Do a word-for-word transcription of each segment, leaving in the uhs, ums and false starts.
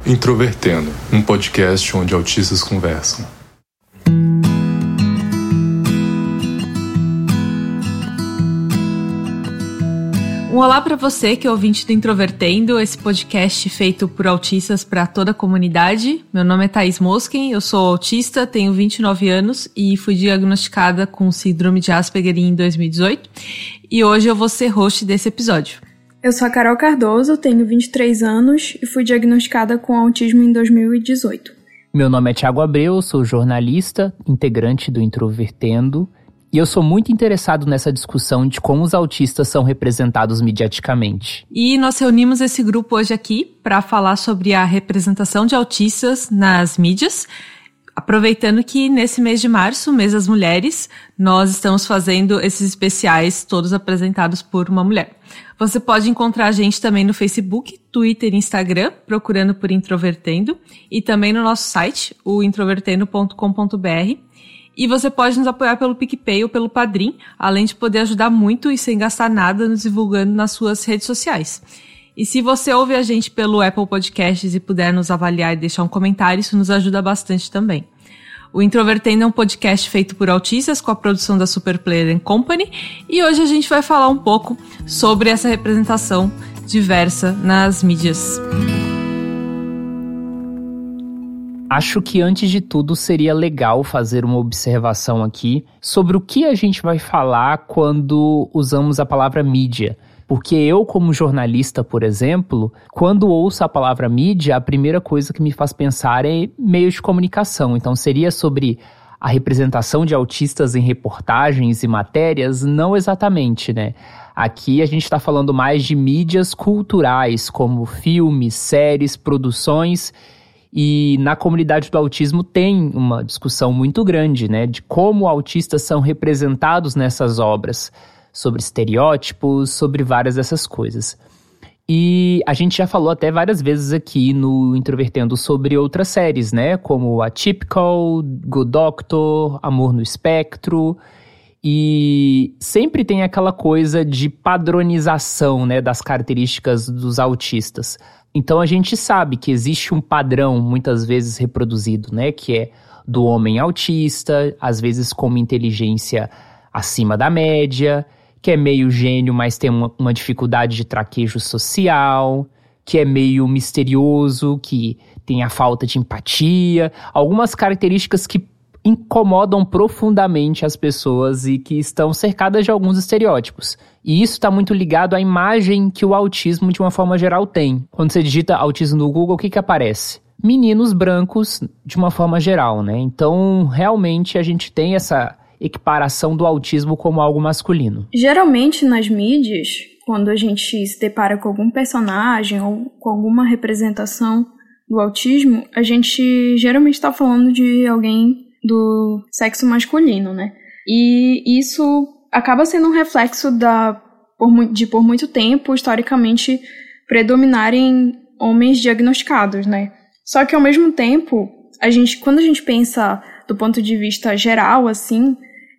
Introvertendo, um podcast onde autistas conversam. Um olá para você que é ouvinte do Introvertendo, esse podcast feito por autistas para toda a comunidade. Meu nome é Thaís Mosken, eu sou autista, tenho vinte e nove anos e fui diagnosticada com síndrome de Asperger em dois mil e dezoito. E hoje eu vou ser host desse episódio. Eu sou a Carol Cardoso, tenho vinte e três anos e fui diagnosticada com autismo em dois mil e dezoito. Meu nome é Thiago Abreu, sou jornalista, integrante do Introvertendo. E eu sou muito interessado nessa discussão de como os autistas são representados mediaticamente. E nós reunimos esse grupo hoje aqui para falar sobre a representação de autistas nas mídias, aproveitando que nesse mês de março, mês das mulheres, nós estamos fazendo esses especiais todos apresentados por uma mulher. Você pode encontrar a gente também no Facebook, Twitter e Instagram, procurando por Introvertendo, e também no nosso site, o introvertendo ponto com ponto b r. E você pode nos apoiar pelo PicPay ou pelo Padrim, além de poder ajudar muito e sem gastar nada nos divulgando nas suas redes sociais. E se você ouve a gente pelo Apple Podcasts e puder nos avaliar e deixar um comentário, isso nos ajuda bastante também. O Introvertendo é um podcast feito por autistas com a produção da Superplayer and Company e hoje a gente vai falar um pouco sobre essa representação diversa nas mídias. Acho que antes de tudo seria legal fazer uma observação aqui sobre o que a gente vai falar quando usamos a palavra mídia. Porque eu, como jornalista, por exemplo, quando ouço a palavra mídia, a primeira coisa que me faz pensar é meio de comunicação. Então seria sobre a representação de autistas em reportagens e matérias? Não exatamente, né? Aqui a gente está falando mais de mídias culturais, como filmes, séries, produções. E na comunidade do autismo tem uma discussão muito grande, né, de como autistas são representados nessas obras, sobre estereótipos, sobre várias dessas coisas. E a gente já falou até várias vezes aqui no Introvertendo sobre outras séries, né, como Atypical, Good Doctor, Amor no Espectro, e sempre tem aquela coisa de padronização, né, das características dos autistas. Então a gente sabe que existe um padrão muitas vezes reproduzido, né, que é do homem autista, às vezes com uma inteligência acima da média, que é meio gênio, mas tem uma, uma dificuldade de traquejo social, que é meio misterioso, que tem a falta de empatia, algumas características que incomodam profundamente as pessoas e que estão cercadas de alguns estereótipos. E isso está muito ligado à imagem que o autismo, de uma forma geral, tem. Quando você digita autismo no Google, o que que aparece? Meninos brancos, de uma forma geral, né? Então, realmente, a gente tem essa equiparação do autismo como algo masculino. Geralmente, nas mídias, quando a gente se depara com algum personagem ou com alguma representação do autismo, a gente geralmente está falando de alguém do sexo masculino, né? E isso acaba sendo um reflexo da, por, de por muito tempo, historicamente, predominarem homens diagnosticados, né? Só que, ao mesmo tempo, a gente, quando a gente pensa do ponto de vista geral, assim,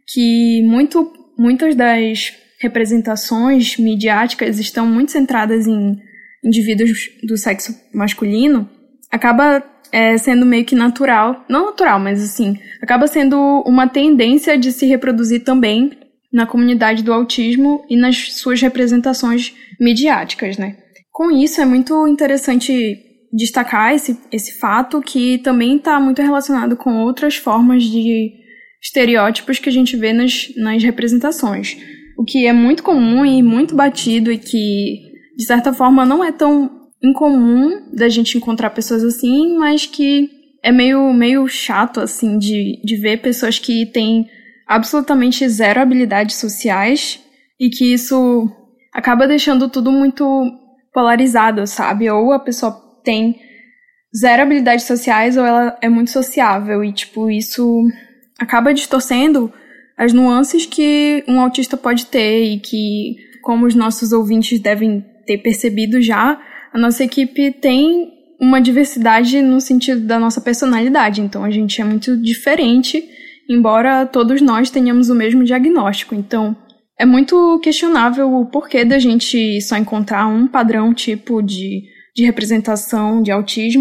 que muito, muitas das representações midiáticas estão muito centradas em indivíduos do sexo masculino, acaba É, sendo meio que natural, não natural, mas assim, acaba sendo uma tendência de se reproduzir também na comunidade do autismo e nas suas representações midiáticas, né? Com isso, é muito interessante destacar esse, esse fato que também está muito relacionado com outras formas de estereótipos que a gente vê nas, nas representações. O que é muito comum e muito batido e que, de certa forma, não é tão incomum da gente encontrar pessoas assim, mas que é meio, meio chato, assim, de, de ver pessoas que têm absolutamente zero habilidades sociais e que isso acaba deixando tudo muito polarizado, sabe? Ou a pessoa tem zero habilidades sociais ou ela é muito sociável e, tipo, isso acaba distorcendo as nuances que um autista pode ter e que, como os nossos ouvintes devem ter percebido já, a nossa equipe tem uma diversidade no sentido da nossa personalidade, então a gente é muito diferente, embora todos nós tenhamos o mesmo diagnóstico. Então, é muito questionável o porquê da gente só encontrar um padrão tipo de, de representação de autismo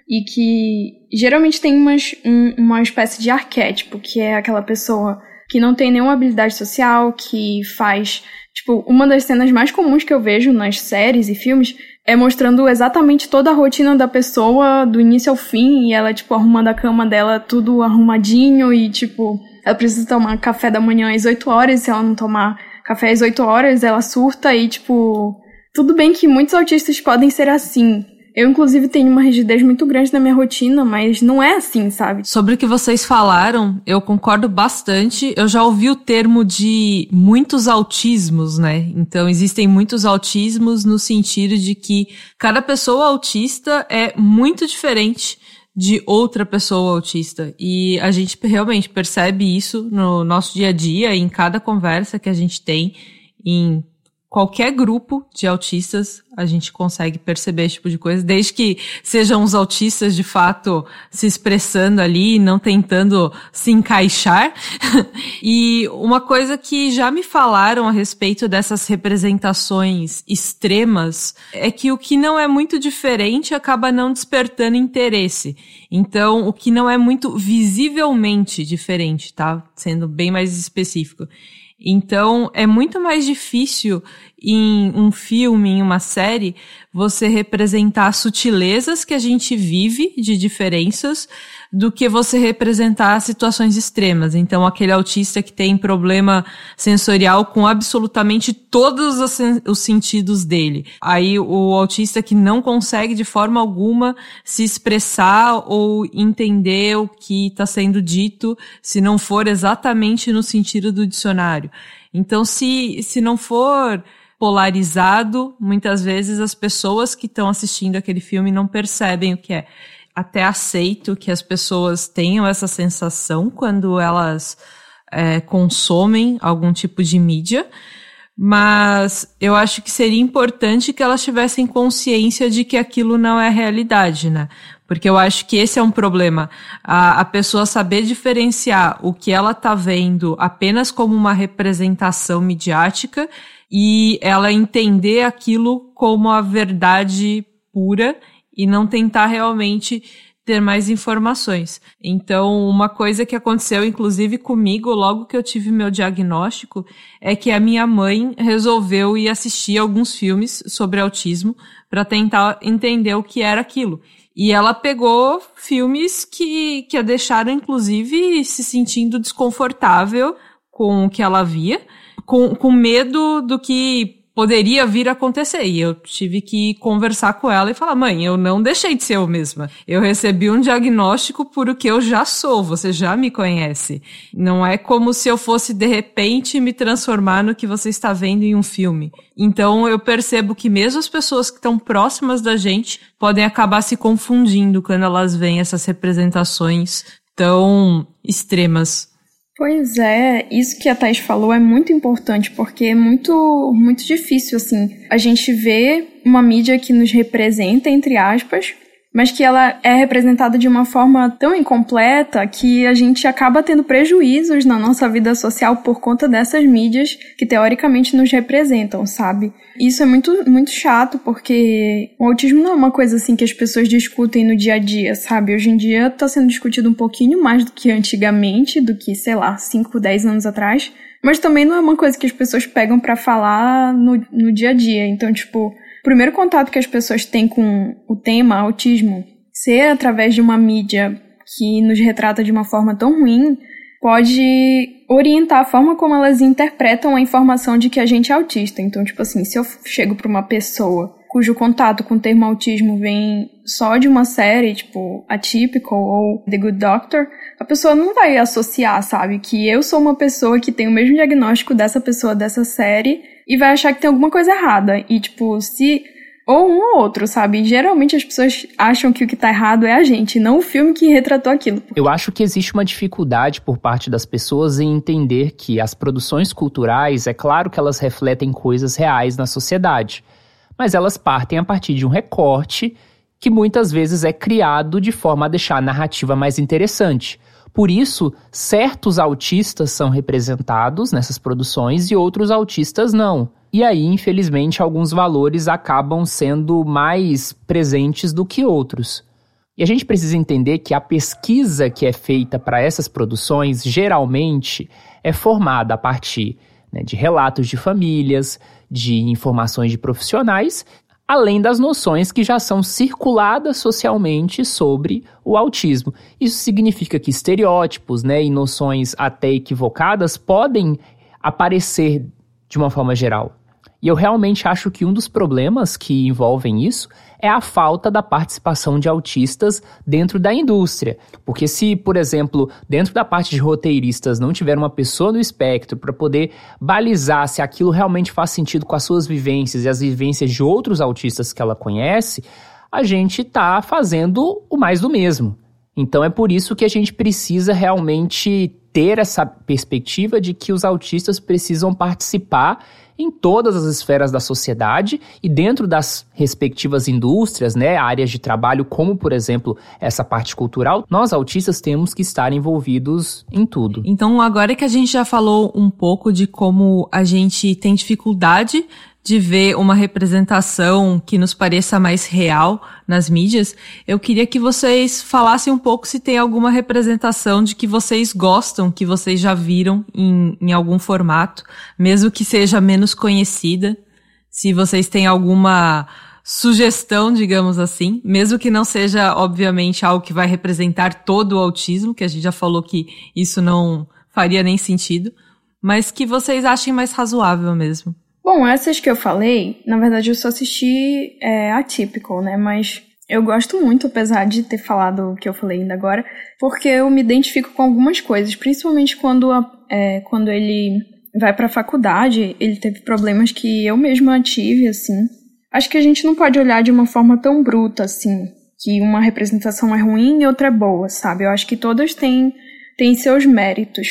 e que geralmente tem umas, um, uma espécie de arquétipo, que é aquela pessoa que não tem nenhuma habilidade social, que faz... Tipo, uma das cenas mais comuns que eu vejo nas séries e filmes é mostrando exatamente toda a rotina da pessoa, do início ao fim, e ela, tipo, arrumando a cama dela tudo arrumadinho, e, tipo, ela precisa tomar café da manhã às oito horas, se ela não tomar café às oito horas, ela surta, e, tipo... Tudo bem que muitos autistas podem ser assim. Eu, inclusive, tenho uma rigidez muito grande na minha rotina, mas não é assim, sabe? Sobre o que vocês falaram, eu concordo bastante. Eu já ouvi o termo de muitos autismos, né? Então, existem muitos autismos no sentido de que cada pessoa autista é muito diferente de outra pessoa autista. E a gente realmente percebe isso no nosso dia a dia, em cada conversa que a gente tem, em qualquer grupo de autistas, a gente consegue perceber esse tipo de coisa, desde que sejam os autistas, de fato, se expressando ali, não tentando se encaixar. E uma coisa que já me falaram a respeito dessas representações extremas é que o que não é muito diferente acaba não despertando interesse. Então, o que não é muito visivelmente diferente, tá? Sendo bem mais específico. Então, é muito mais difícil em um filme, em uma série, você representar sutilezas que a gente vive de diferenças do que você representar situações extremas. Então, aquele autista que tem problema sensorial com absolutamente todos os, sen- os sentidos dele. Aí, o autista que não consegue de forma alguma se expressar ou entender o que está sendo dito, se não for exatamente no sentido do dicionário. Então, se, se não for polarizado, muitas vezes as pessoas que estão assistindo aquele filme não percebem o que é. Até aceito que as pessoas tenham essa sensação quando elas é, consomem algum tipo de mídia, mas eu acho que seria importante que elas tivessem consciência de que aquilo não é realidade, né? Porque eu acho que esse é um problema. A, a pessoa saber diferenciar o que ela tá vendo apenas como uma representação midiática e ela entender aquilo como a verdade pura e não tentar realmente ter mais informações. Então, uma coisa que aconteceu, inclusive comigo, logo que eu tive meu diagnóstico, é que a minha mãe resolveu ir assistir alguns filmes sobre autismo para tentar entender o que era aquilo. E ela pegou filmes que, que a deixaram, inclusive, se sentindo desconfortável com o que ela via, com, com medo do que poderia vir a acontecer. E eu tive que conversar com ela e falar, mãe, eu não deixei de ser eu mesma. Eu recebi um diagnóstico por o que eu já sou, você já me conhece. Não é como se eu fosse, de repente, me transformar no que você está vendo em um filme. Então, eu percebo que mesmo as pessoas que estão próximas da gente podem acabar se confundindo quando elas veem essas representações tão extremas. Pois é, isso que a Thaís falou é muito importante, porque é muito, muito difícil, assim, a gente ver uma mídia que nos representa, entre aspas, mas que ela é representada de uma forma tão incompleta que a gente acaba tendo prejuízos na nossa vida social por conta dessas mídias que teoricamente nos representam, sabe? Isso é muito, muito chato, porque o autismo não é uma coisa assim que as pessoas discutem no dia a dia, sabe? Hoje em dia tá sendo discutido um pouquinho mais do que antigamente, do que, sei lá, cinco, dez anos atrás, mas também não é uma coisa que as pessoas pegam pra falar no, no dia a dia. Então, tipo, o primeiro contato que as pessoas têm com o tema autismo, ser através de uma mídia que nos retrata de uma forma tão ruim, pode orientar a forma como elas interpretam a informação de que a gente é autista. Então, tipo assim, se eu chego para uma pessoa cujo contato com o termo autismo vem só de uma série, tipo Atypical ou The Good Doctor, a pessoa não vai associar, sabe, que eu sou uma pessoa que tem o mesmo diagnóstico dessa pessoa dessa série e vai achar que tem alguma coisa errada. E, tipo, se... Ou um ou outro, sabe? Geralmente as pessoas acham que o que tá errado é a gente, não o filme que retratou aquilo. Eu acho que existe uma dificuldade por parte das pessoas em entender que as produções culturais, é claro que elas refletem coisas reais na sociedade, mas elas partem a partir de um recorte que muitas vezes é criado de forma a deixar a narrativa mais interessante. Por isso, certos autistas são representados nessas produções e outros autistas não. E aí, infelizmente, alguns valores acabam sendo mais presentes do que outros. E a gente precisa entender que a pesquisa que é feita para essas produções, geralmente, é formada a partir, né, de relatos de famílias, de informações de profissionais, além das noções que já são circuladas socialmente sobre o autismo. Isso significa que estereótipos, né, e noções até equivocadas podem aparecer de uma forma geral. E eu realmente acho que um dos problemas que envolvem isso é a falta da participação de autistas dentro da indústria. Porque se, por exemplo, dentro da parte de roteiristas não tiver uma pessoa no espectro para poder balizar se aquilo realmente faz sentido com as suas vivências e as vivências de outros autistas que ela conhece, a gente está fazendo o mais do mesmo. Então é por isso que a gente precisa realmente ter essa perspectiva de que os autistas precisam participar em todas as esferas da sociedade e dentro das respectivas indústrias, né, áreas de trabalho, como, por exemplo, essa parte cultural, nós autistas temos que estar envolvidos em tudo. Então, agora que a gente já falou um pouco de como a gente tem dificuldade de ver uma representação que nos pareça mais real nas mídias, eu queria que vocês falassem um pouco se tem alguma representação de que vocês gostam, que vocês já viram em, em algum formato, mesmo que seja menos conhecida, se vocês têm alguma sugestão, digamos assim, mesmo que não seja, obviamente, algo que vai representar todo o autismo, que a gente já falou que isso não faria nem sentido, mas que vocês achem mais razoável mesmo. Bom, essas que eu falei, na verdade eu só assisti é, Atypical, né, mas eu gosto muito, apesar de ter falado o que eu falei ainda agora, porque eu me identifico com algumas coisas, principalmente quando, é, quando ele vai pra faculdade, ele teve problemas que eu mesma tive, assim. Acho que a gente não pode olhar de uma forma tão bruta, assim, que uma representação é ruim e outra é boa, sabe? Eu acho que todas têm, têm seus méritos.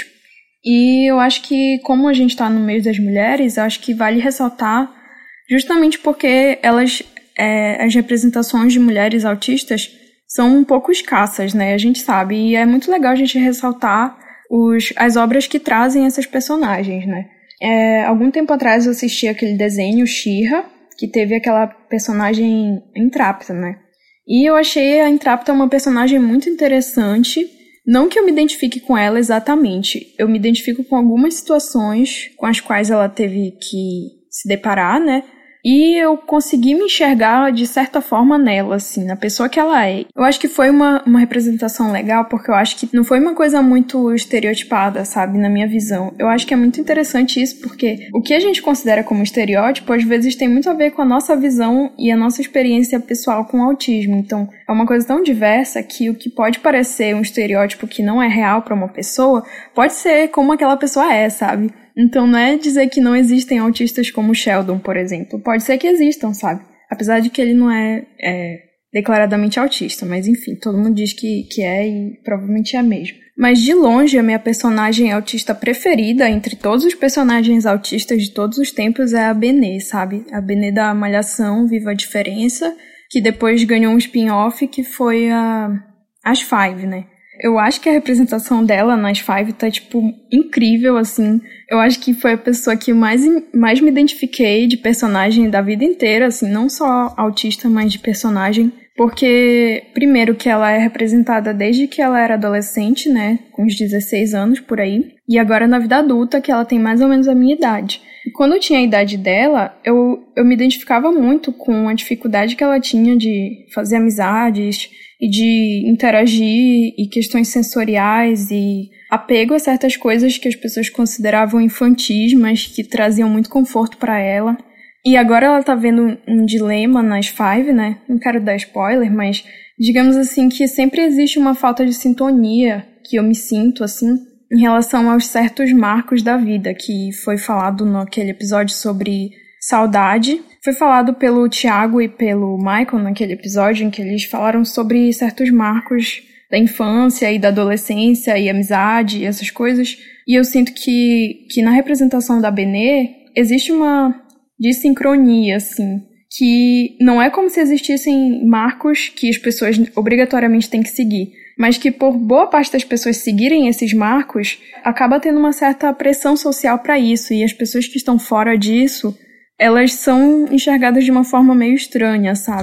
E eu acho que, como a gente está no meio das mulheres, eu acho que vale ressaltar justamente porque elas, é, as representações de mulheres autistas são um pouco escassas, né? A gente sabe. E é muito legal a gente ressaltar os, as obras que trazem essas personagens, né? É, algum tempo atrás eu assisti aquele desenho, She-Ra, que teve aquela personagem Intrápida, né? E eu achei a Intrápida uma personagem muito interessante. Não que eu me identifique com ela exatamente, eu me identifico com algumas situações com as quais ela teve que se deparar, né? E eu consegui me enxergar de certa forma nela, assim, na pessoa que ela é. Eu acho que foi uma, uma representação legal, porque eu acho que não foi uma coisa muito estereotipada, sabe, na minha visão. Eu acho que é muito interessante isso, porque o que a gente considera como estereótipo, às vezes tem muito a ver com a nossa visão e a nossa experiência pessoal com o autismo. Então, é uma coisa tão diversa que o que pode parecer um estereótipo que não é real para uma pessoa, pode ser como aquela pessoa é, sabe? Então não é dizer que não existem autistas como Sheldon, por exemplo. Pode ser que existam, sabe? Apesar de que ele não é, é declaradamente autista, mas enfim, todo mundo diz que, que é e provavelmente é mesmo. Mas de longe, a minha personagem autista preferida entre todos os personagens autistas de todos os tempos é a Benê, sabe? A Benê da Malhação, Viva a Diferença, que depois ganhou um spin-off que foi a As Five, né? Eu acho que a representação dela nas Five tá, tipo, incrível, assim. Eu acho que foi a pessoa que mais, mais me identifiquei de personagem da vida inteira, assim, não só autista, mas de personagem. Porque, primeiro, que ela é representada desde que ela era adolescente, né, com uns dezesseis anos, por aí. E agora na vida adulta, que ela tem mais ou menos a minha idade. E quando eu tinha a idade dela, eu, eu me identificava muito com a dificuldade que ela tinha de fazer amizades e de interagir, e questões sensoriais e apego a certas coisas que as pessoas consideravam infantis, mas que traziam muito conforto para ela. E agora ela tá vendo um dilema nas Five, né? Não quero dar spoiler, mas digamos assim que sempre existe uma falta de sintonia que eu me sinto, assim, em relação aos certos marcos da vida, que foi falado naquele episódio sobre saudade. Foi falado pelo Thiago e pelo Michael naquele episódio em que eles falaram sobre certos marcos da infância e da adolescência e amizade e essas coisas. E eu sinto que, que na representação da Benê existe uma dissincronia, assim, que não é como se existissem marcos que as pessoas obrigatoriamente têm que seguir, mas que por boa parte das pessoas seguirem esses marcos, acaba tendo uma certa pressão social para isso, e as pessoas que estão fora disso, elas são enxergadas de uma forma meio estranha, sabe?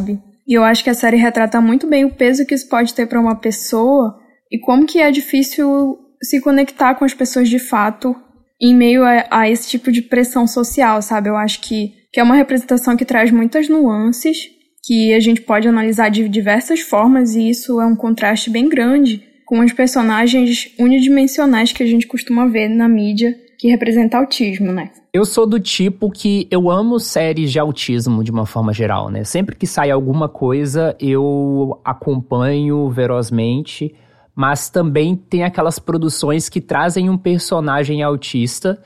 E eu acho que a série retrata muito bem o peso que isso pode ter para uma pessoa e como que é difícil se conectar com as pessoas de fato em meio a, a esse tipo de pressão social, sabe? Eu acho que, que é uma representação que traz muitas nuances, que a gente pode analisar de diversas formas, e isso é um contraste bem grande com os personagens unidimensionais que a gente costuma ver na mídia, que representa autismo, né? Eu sou do tipo que eu amo séries de autismo de uma forma geral, né? Sempre que sai alguma coisa, eu acompanho ferozmente, mas também tem aquelas produções que trazem um personagem autista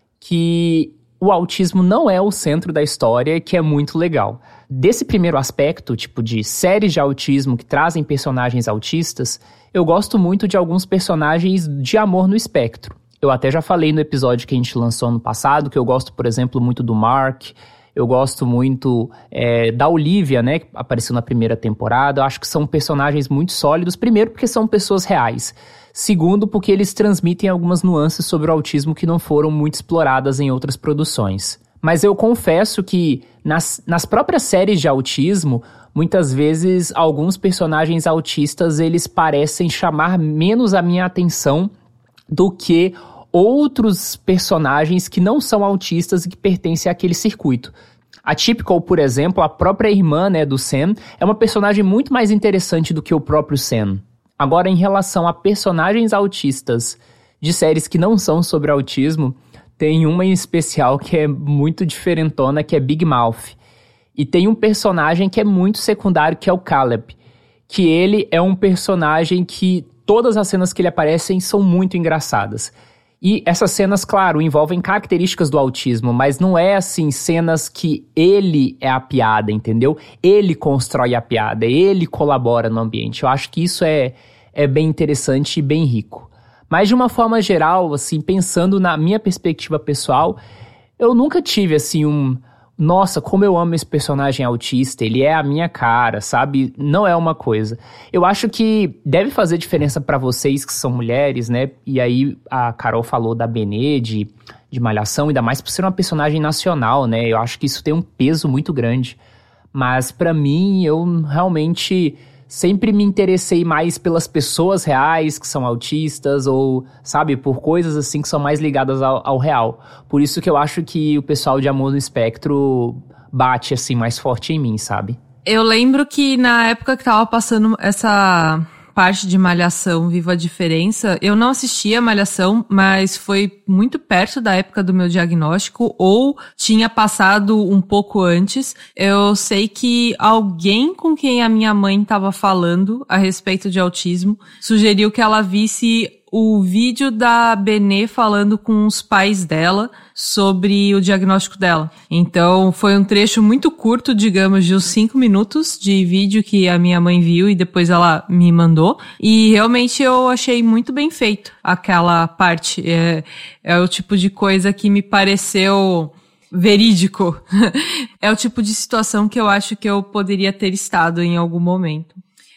que o autismo não é o centro da história, que é muito legal. Desse primeiro aspecto, tipo de séries de autismo que trazem personagens autistas, eu gosto muito de alguns personagens de Amor no Espectro. Eu até já falei no episódio que a gente lançou ano passado, que eu gosto, por exemplo, muito do Mark, eu gosto muito é, da Olivia, né, que apareceu na primeira temporada. Eu acho que são personagens muito sólidos, primeiro porque são pessoas reais, segundo porque eles transmitem algumas nuances sobre o autismo que não foram muito exploradas em outras produções. Mas eu confesso que nas, nas próprias séries de autismo, muitas vezes alguns personagens autistas eles parecem chamar menos a minha atenção do que outros personagens que não são autistas e que pertencem àquele circuito. A Typical, por exemplo, a própria irmã, né, do Sam, é uma personagem muito mais interessante do que o próprio Sam. Agora, em relação a personagens autistas de séries que não são sobre autismo, tem uma em especial que é muito diferentona, que é Big Mouth. E tem um personagem que é muito secundário, que é o Caleb, que ele é um personagem que todas as cenas que ele aparecem são muito engraçadas. E essas cenas, claro, envolvem características do autismo, mas não é assim, cenas que ele é a piada, entendeu? Ele constrói a piada, ele colabora no ambiente. Eu acho que isso é, é bem interessante e bem rico. Mas de uma forma geral, assim, pensando na minha perspectiva pessoal, eu nunca tive, assim, um... Nossa, como eu amo esse personagem autista, ele é a minha cara, sabe? Não é uma coisa. Eu acho que deve fazer diferença pra vocês que são mulheres, né? E aí a Carol falou da Benê, de, de Malhação, ainda mais por ser uma personagem nacional, né? Eu acho que isso tem um peso muito grande. Mas pra mim, eu realmente sempre me interessei mais pelas pessoas reais que são autistas ou, sabe, por coisas assim que são mais ligadas ao, ao real. Por isso que eu acho que o pessoal de Amor no Espectro bate assim mais forte em mim, sabe? Eu lembro que na época que tava passando essa parte de Malhação, Viva a Diferença, eu não assistia Malhação, mas foi muito perto da época do meu diagnóstico, ou tinha passado um pouco antes. Eu sei que alguém com quem a minha mãe estava falando a respeito de autismo sugeriu que ela visse o vídeo da Benê falando com os pais dela sobre o diagnóstico dela. Então, foi um trecho muito curto, digamos, de uns cinco minutos de vídeo que a minha mãe viu e depois ela me mandou. E realmente eu achei muito bem feito aquela parte. É, é o tipo de coisa que me pareceu verídico. É o tipo de situação que eu acho que eu poderia ter estado em algum momento.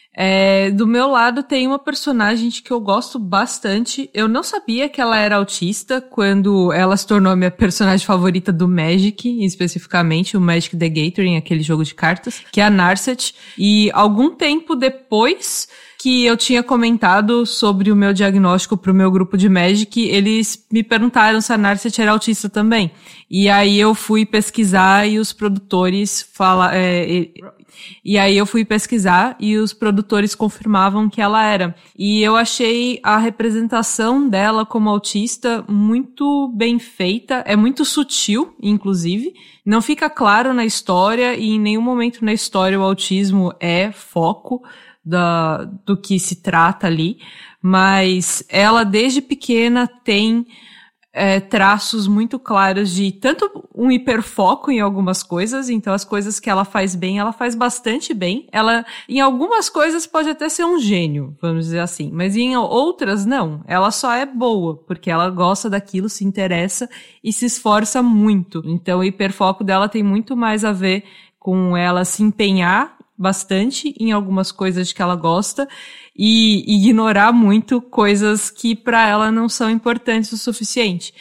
É, do meu lado tem uma personagem que eu gosto bastante. Eu não sabia que ela era autista quando ela se tornou a minha personagem favorita do Magic, especificamente o Magic the Gathering, aquele jogo de cartas, que é a Narset. E algum tempo depois que eu tinha comentado sobre o meu diagnóstico pro meu grupo de Magic, eles me perguntaram se a Narset era autista também. E aí eu fui pesquisar e os produtores fala, é, e aí eu fui pesquisar e os produtores confirmavam que ela era. E eu achei a representação dela como autista muito bem feita, é muito sutil, inclusive. Não fica claro na história e em nenhum momento na história o autismo é foco da, do que se trata ali, mas ela desde pequena tem é, traços muito claros de tanto um hiperfoco em algumas coisas, então as coisas que ela faz bem, ela faz bastante bem. Ela, em algumas coisas, pode até ser um gênio, vamos dizer assim, mas em outras, não. Ela só é boa, porque ela gosta daquilo, se interessa e se esforça muito. Então o hiperfoco dela tem muito mais a ver com ela se empenhar bastante em algumas coisas que ela gosta e ignorar muito coisas que para ela não são importantes o suficiente.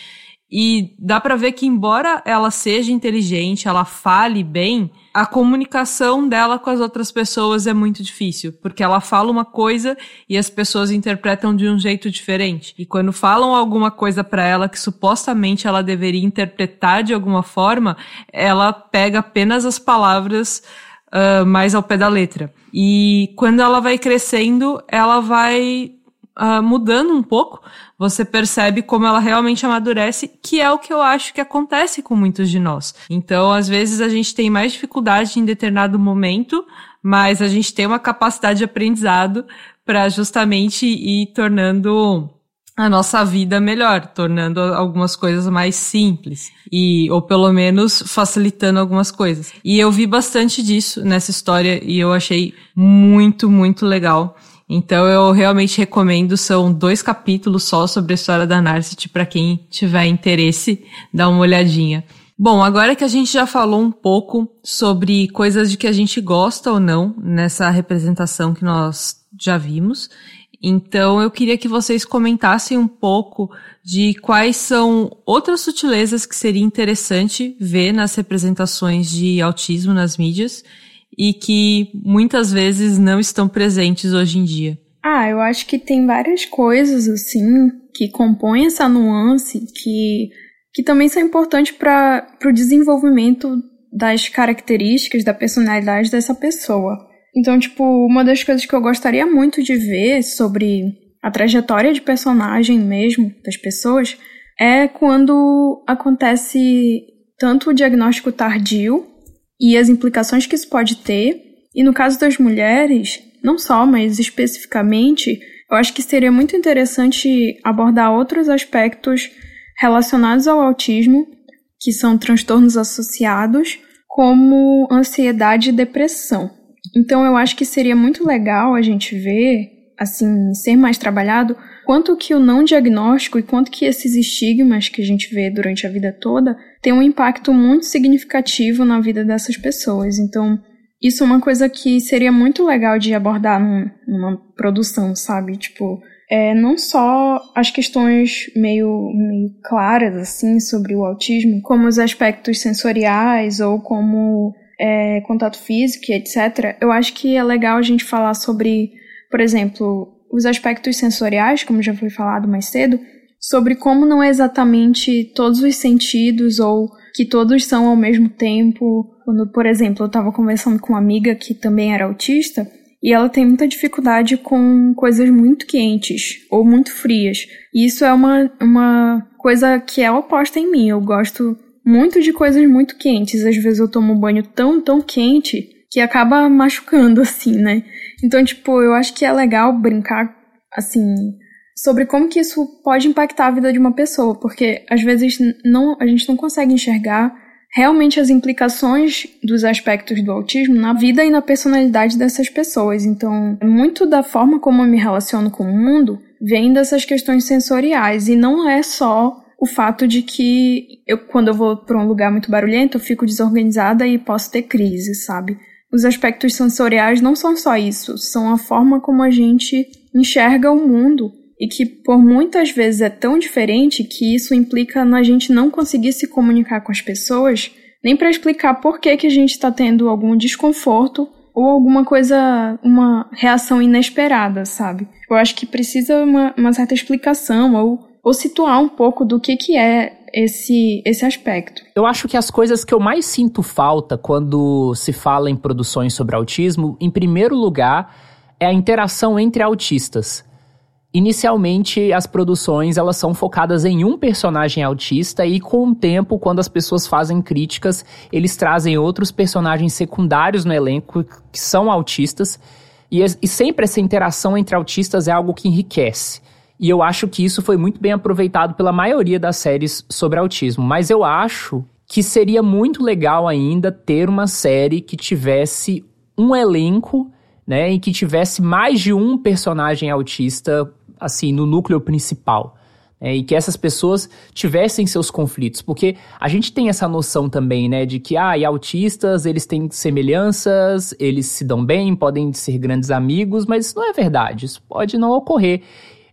E dá pra ver que, embora ela seja inteligente, ela fale bem, a comunicação dela com as outras pessoas é muito difícil, porque ela fala uma coisa e as pessoas interpretam de um jeito diferente. E quando falam alguma coisa pra ela que supostamente ela deveria interpretar de alguma forma, ela pega apenas as palavras uh, mais ao pé da letra. E quando ela vai crescendo, ela vai uh, mudando um pouco. Você percebe como ela realmente amadurece, que é o que eu acho que acontece com muitos de nós. Então, às vezes, a gente tem mais dificuldade em determinado momento, mas a gente tem uma capacidade de aprendizado para justamente ir tornando a nossa vida melhor, tornando algumas coisas mais simples, e ou pelo menos facilitando algumas coisas. E eu vi bastante disso nessa história e eu achei muito, muito legal. Então eu realmente recomendo, são dois capítulos só sobre a história da Narset, para quem tiver interesse, dá uma olhadinha. Bom, agora que a gente já falou um pouco sobre coisas de que a gente gosta ou não nessa representação que nós já vimos, então eu queria que vocês comentassem um pouco de quais são outras sutilezas que seria interessante ver nas representações de autismo nas mídias e que muitas vezes não estão presentes hoje em dia. Ah, eu acho que tem várias coisas, assim, que compõem essa nuance, que, que também são importantes para o desenvolvimento das características, da personalidade dessa pessoa. Então, tipo, uma das coisas que eu gostaria muito de ver sobre a trajetória de personagem mesmo das pessoas é quando acontece tanto o diagnóstico tardio e as implicações que isso pode ter. E no caso das mulheres, não só, mas especificamente, eu acho que seria muito interessante abordar outros aspectos relacionados ao autismo, que são transtornos associados, como ansiedade e depressão. Então eu acho que seria muito legal a gente ver, assim, ser mais trabalhado, quanto que o não diagnóstico e quanto que esses estigmas que a gente vê durante a vida toda tem um impacto muito significativo na vida dessas pessoas. Então, isso é uma coisa que seria muito legal de abordar num, numa produção, sabe? Tipo, é, não só as questões meio, meio claras, assim, sobre o autismo, como os aspectos sensoriais ou como é, contato físico, etcétera. Eu acho que é legal a gente falar sobre, por exemplo, os aspectos sensoriais, como já foi falado mais cedo, sobre como não é exatamente todos os sentidos ou que todos são ao mesmo tempo. Quando, por exemplo, eu estava conversando com uma amiga que também era autista e ela tem muita dificuldade com coisas muito quentes ou muito frias. E isso é uma, uma coisa que é oposta em mim. Eu gosto muito de coisas muito quentes. Às vezes eu tomo um banho tão, tão quente que acaba machucando, assim, né? Então, tipo, eu acho que é legal brincar, assim, sobre como que isso pode impactar a vida de uma pessoa, porque às vezes não, a gente não consegue enxergar realmente as implicações dos aspectos do autismo na vida e na personalidade dessas pessoas. Então, muito da forma como eu me relaciono com o mundo vem dessas questões sensoriais, e não é só o fato de que eu, quando eu vou para um lugar muito barulhento, eu fico desorganizada e posso ter crise, sabe? Os aspectos sensoriais não são só isso, são a forma como a gente enxerga o mundo e que por muitas vezes é tão diferente que isso implica na gente não conseguir se comunicar com as pessoas, nem para explicar por que, que a gente está tendo algum desconforto ou alguma coisa, uma reação inesperada, sabe? Eu acho que precisa uma, uma certa explicação ou, ou situar um pouco do que, que é esse, esse aspecto. Eu acho que as coisas que eu mais sinto falta quando se fala em produções sobre autismo, em primeiro lugar, é a interação entre autistas. Inicialmente, as produções elas são focadas em um personagem autista e, com o tempo, quando as pessoas fazem críticas, eles trazem outros personagens secundários no elenco que são autistas, e, e sempre essa interação entre autistas é algo que enriquece. E eu acho que isso foi muito bem aproveitado pela maioria das séries sobre autismo. Mas eu acho que seria muito legal ainda ter uma série que tivesse um elenco, né, e que tivesse mais de um personagem autista, assim, no núcleo principal. Né, e que essas pessoas tivessem seus conflitos. Porque a gente tem essa noção também, né, de que, ah, e autistas, eles têm semelhanças, eles se dão bem, podem ser grandes amigos, mas isso não é verdade. Isso pode não ocorrer.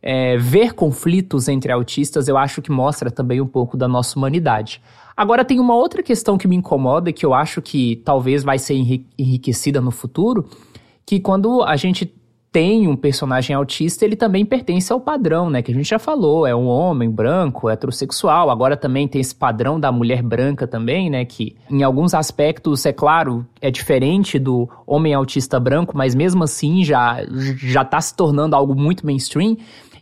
é, ver conflitos entre autistas, eu acho que mostra também um pouco da nossa humanidade. Agora, tem uma outra questão que me incomoda, que eu acho que talvez vai ser enriquecida no futuro, que quando a gente tem um personagem autista, ele também pertence ao padrão, né? Que a gente já falou, é um homem branco, heterossexual. Agora também tem esse padrão da mulher branca também, né? Que em alguns aspectos, é claro, é diferente do homem autista branco, mas mesmo assim já, já tá se tornando algo muito mainstream.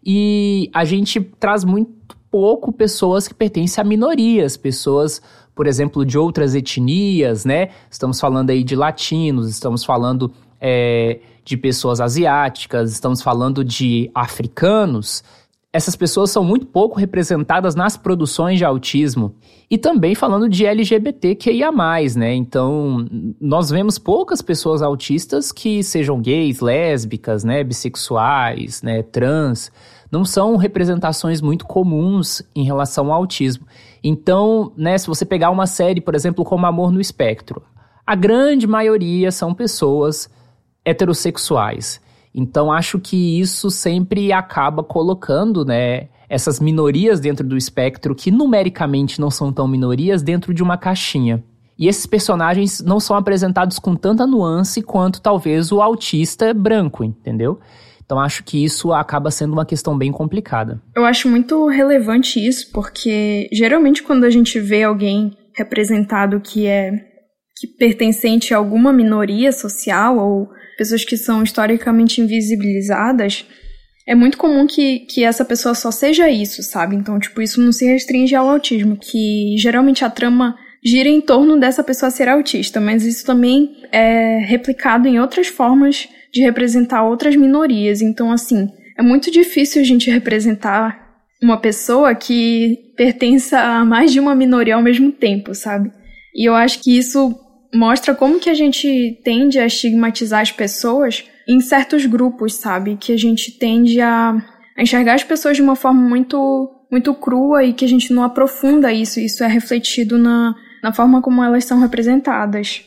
E a gente traz muito pouco pessoas que pertencem a minorias, pessoas, por exemplo, de outras etnias, né? Estamos falando aí de latinos, estamos falando é, de pessoas asiáticas, estamos falando de africanos. Essas pessoas são muito pouco representadas nas produções de autismo. E também falando de L G B T Q I A mais, né? Então, nós vemos poucas pessoas autistas que sejam gays, lésbicas, né? Bissexuais, né? Trans. Não são representações muito comuns em relação ao autismo. Então, né, se você pegar uma série, por exemplo, como Amor no Espectro, a grande maioria são pessoas heterossexuais. Então, acho que isso sempre acaba colocando, né, essas minorias dentro do espectro, que numericamente não são tão minorias, dentro de uma caixinha. E esses personagens não são apresentados com tanta nuance quanto talvez o autista branco, entendeu? Então, acho que isso acaba sendo uma questão bem complicada. Eu acho muito relevante isso, porque geralmente quando a gente vê alguém representado que é que pertencente a alguma minoria social ou pessoas que são historicamente invisibilizadas, é muito comum que, que essa pessoa só seja isso, sabe? Então, tipo, isso não se restringe ao autismo, que geralmente a trama gira em torno dessa pessoa ser autista, mas isso também é replicado em outras formas de representar outras minorias. Então, assim, é muito difícil a gente representar uma pessoa que pertença a mais de uma minoria ao mesmo tempo, sabe? E eu acho que isso mostra como que a gente tende a estigmatizar as pessoas em certos grupos, sabe? Que a gente tende a, a enxergar as pessoas de uma forma muito, muito crua e que a gente não aprofunda isso. Isso é refletido na, na forma como elas são representadas.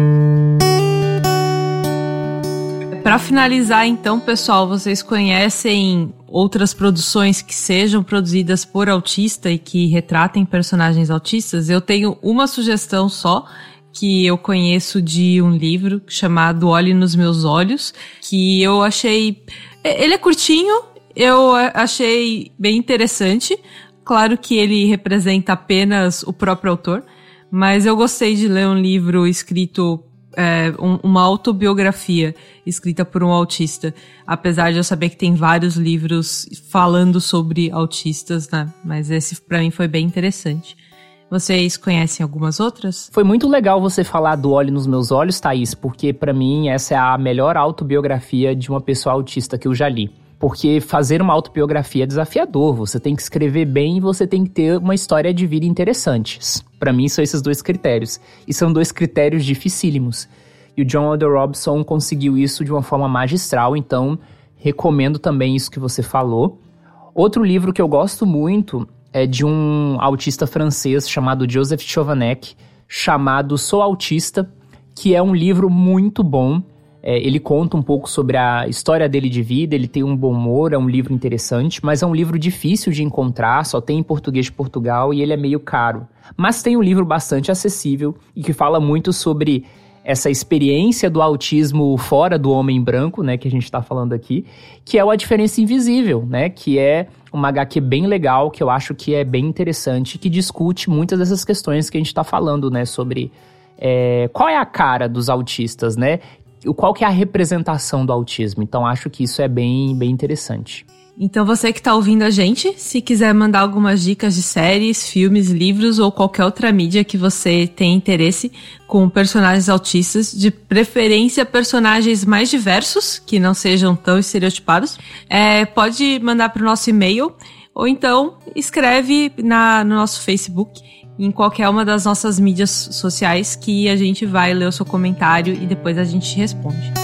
Para finalizar, então, pessoal, vocês conhecem outras produções que sejam produzidas por autista e que retratem personagens autistas? Eu tenho uma sugestão só, que eu conheço de um livro chamado Olhe nos Meus Olhos, que eu achei... Ele é curtinho, eu achei bem interessante. Claro que ele representa apenas o próprio autor, mas eu gostei de ler um livro escrito... É, um, uma autobiografia escrita por um autista, apesar de eu saber que tem vários livros falando sobre autistas, né? Mas esse pra mim foi bem interessante. Vocês conhecem algumas outras? Foi muito legal você falar do Olhe nos Meus Olhos, Thaís, porque pra mim essa é a melhor autobiografia de uma pessoa autista que eu já li. Porque fazer uma autobiografia é desafiador, você tem que escrever bem e você tem que ter uma história de vida interessante. Pra mim são esses dois critérios, e são dois critérios dificílimos. E o John Elder Robson conseguiu isso de uma forma magistral, então recomendo também isso que você falou. Outro livro que eu gosto muito é de um autista francês chamado Joseph Chovanec, chamado Sou Autista, que é um livro muito bom. É, ele conta um pouco sobre a história dele de vida, ele tem um bom humor, é um livro interessante, mas é um livro difícil de encontrar, só tem em português de Portugal e ele é meio caro. Mas tem um livro bastante acessível e que fala muito sobre essa experiência do autismo fora do homem branco, né, que a gente está falando aqui, que é o A Diferença Invisível, né, que é uma agá quê bem legal, que eu acho que é bem interessante, que discute muitas dessas questões que a gente está falando, né, sobre é, qual é a cara dos autistas, né, qual que é a representação do autismo. Então, acho que isso é bem, bem interessante. Então, você que está ouvindo a gente, se quiser mandar algumas dicas de séries, filmes, livros ou qualquer outra mídia que você tenha interesse com personagens autistas, de preferência personagens mais diversos, que não sejam tão estereotipados, é, pode mandar para o nosso e-mail ou então escreve na, no nosso Facebook, em qualquer uma das nossas mídias sociais, que a gente vai ler o seu comentário e depois a gente responde.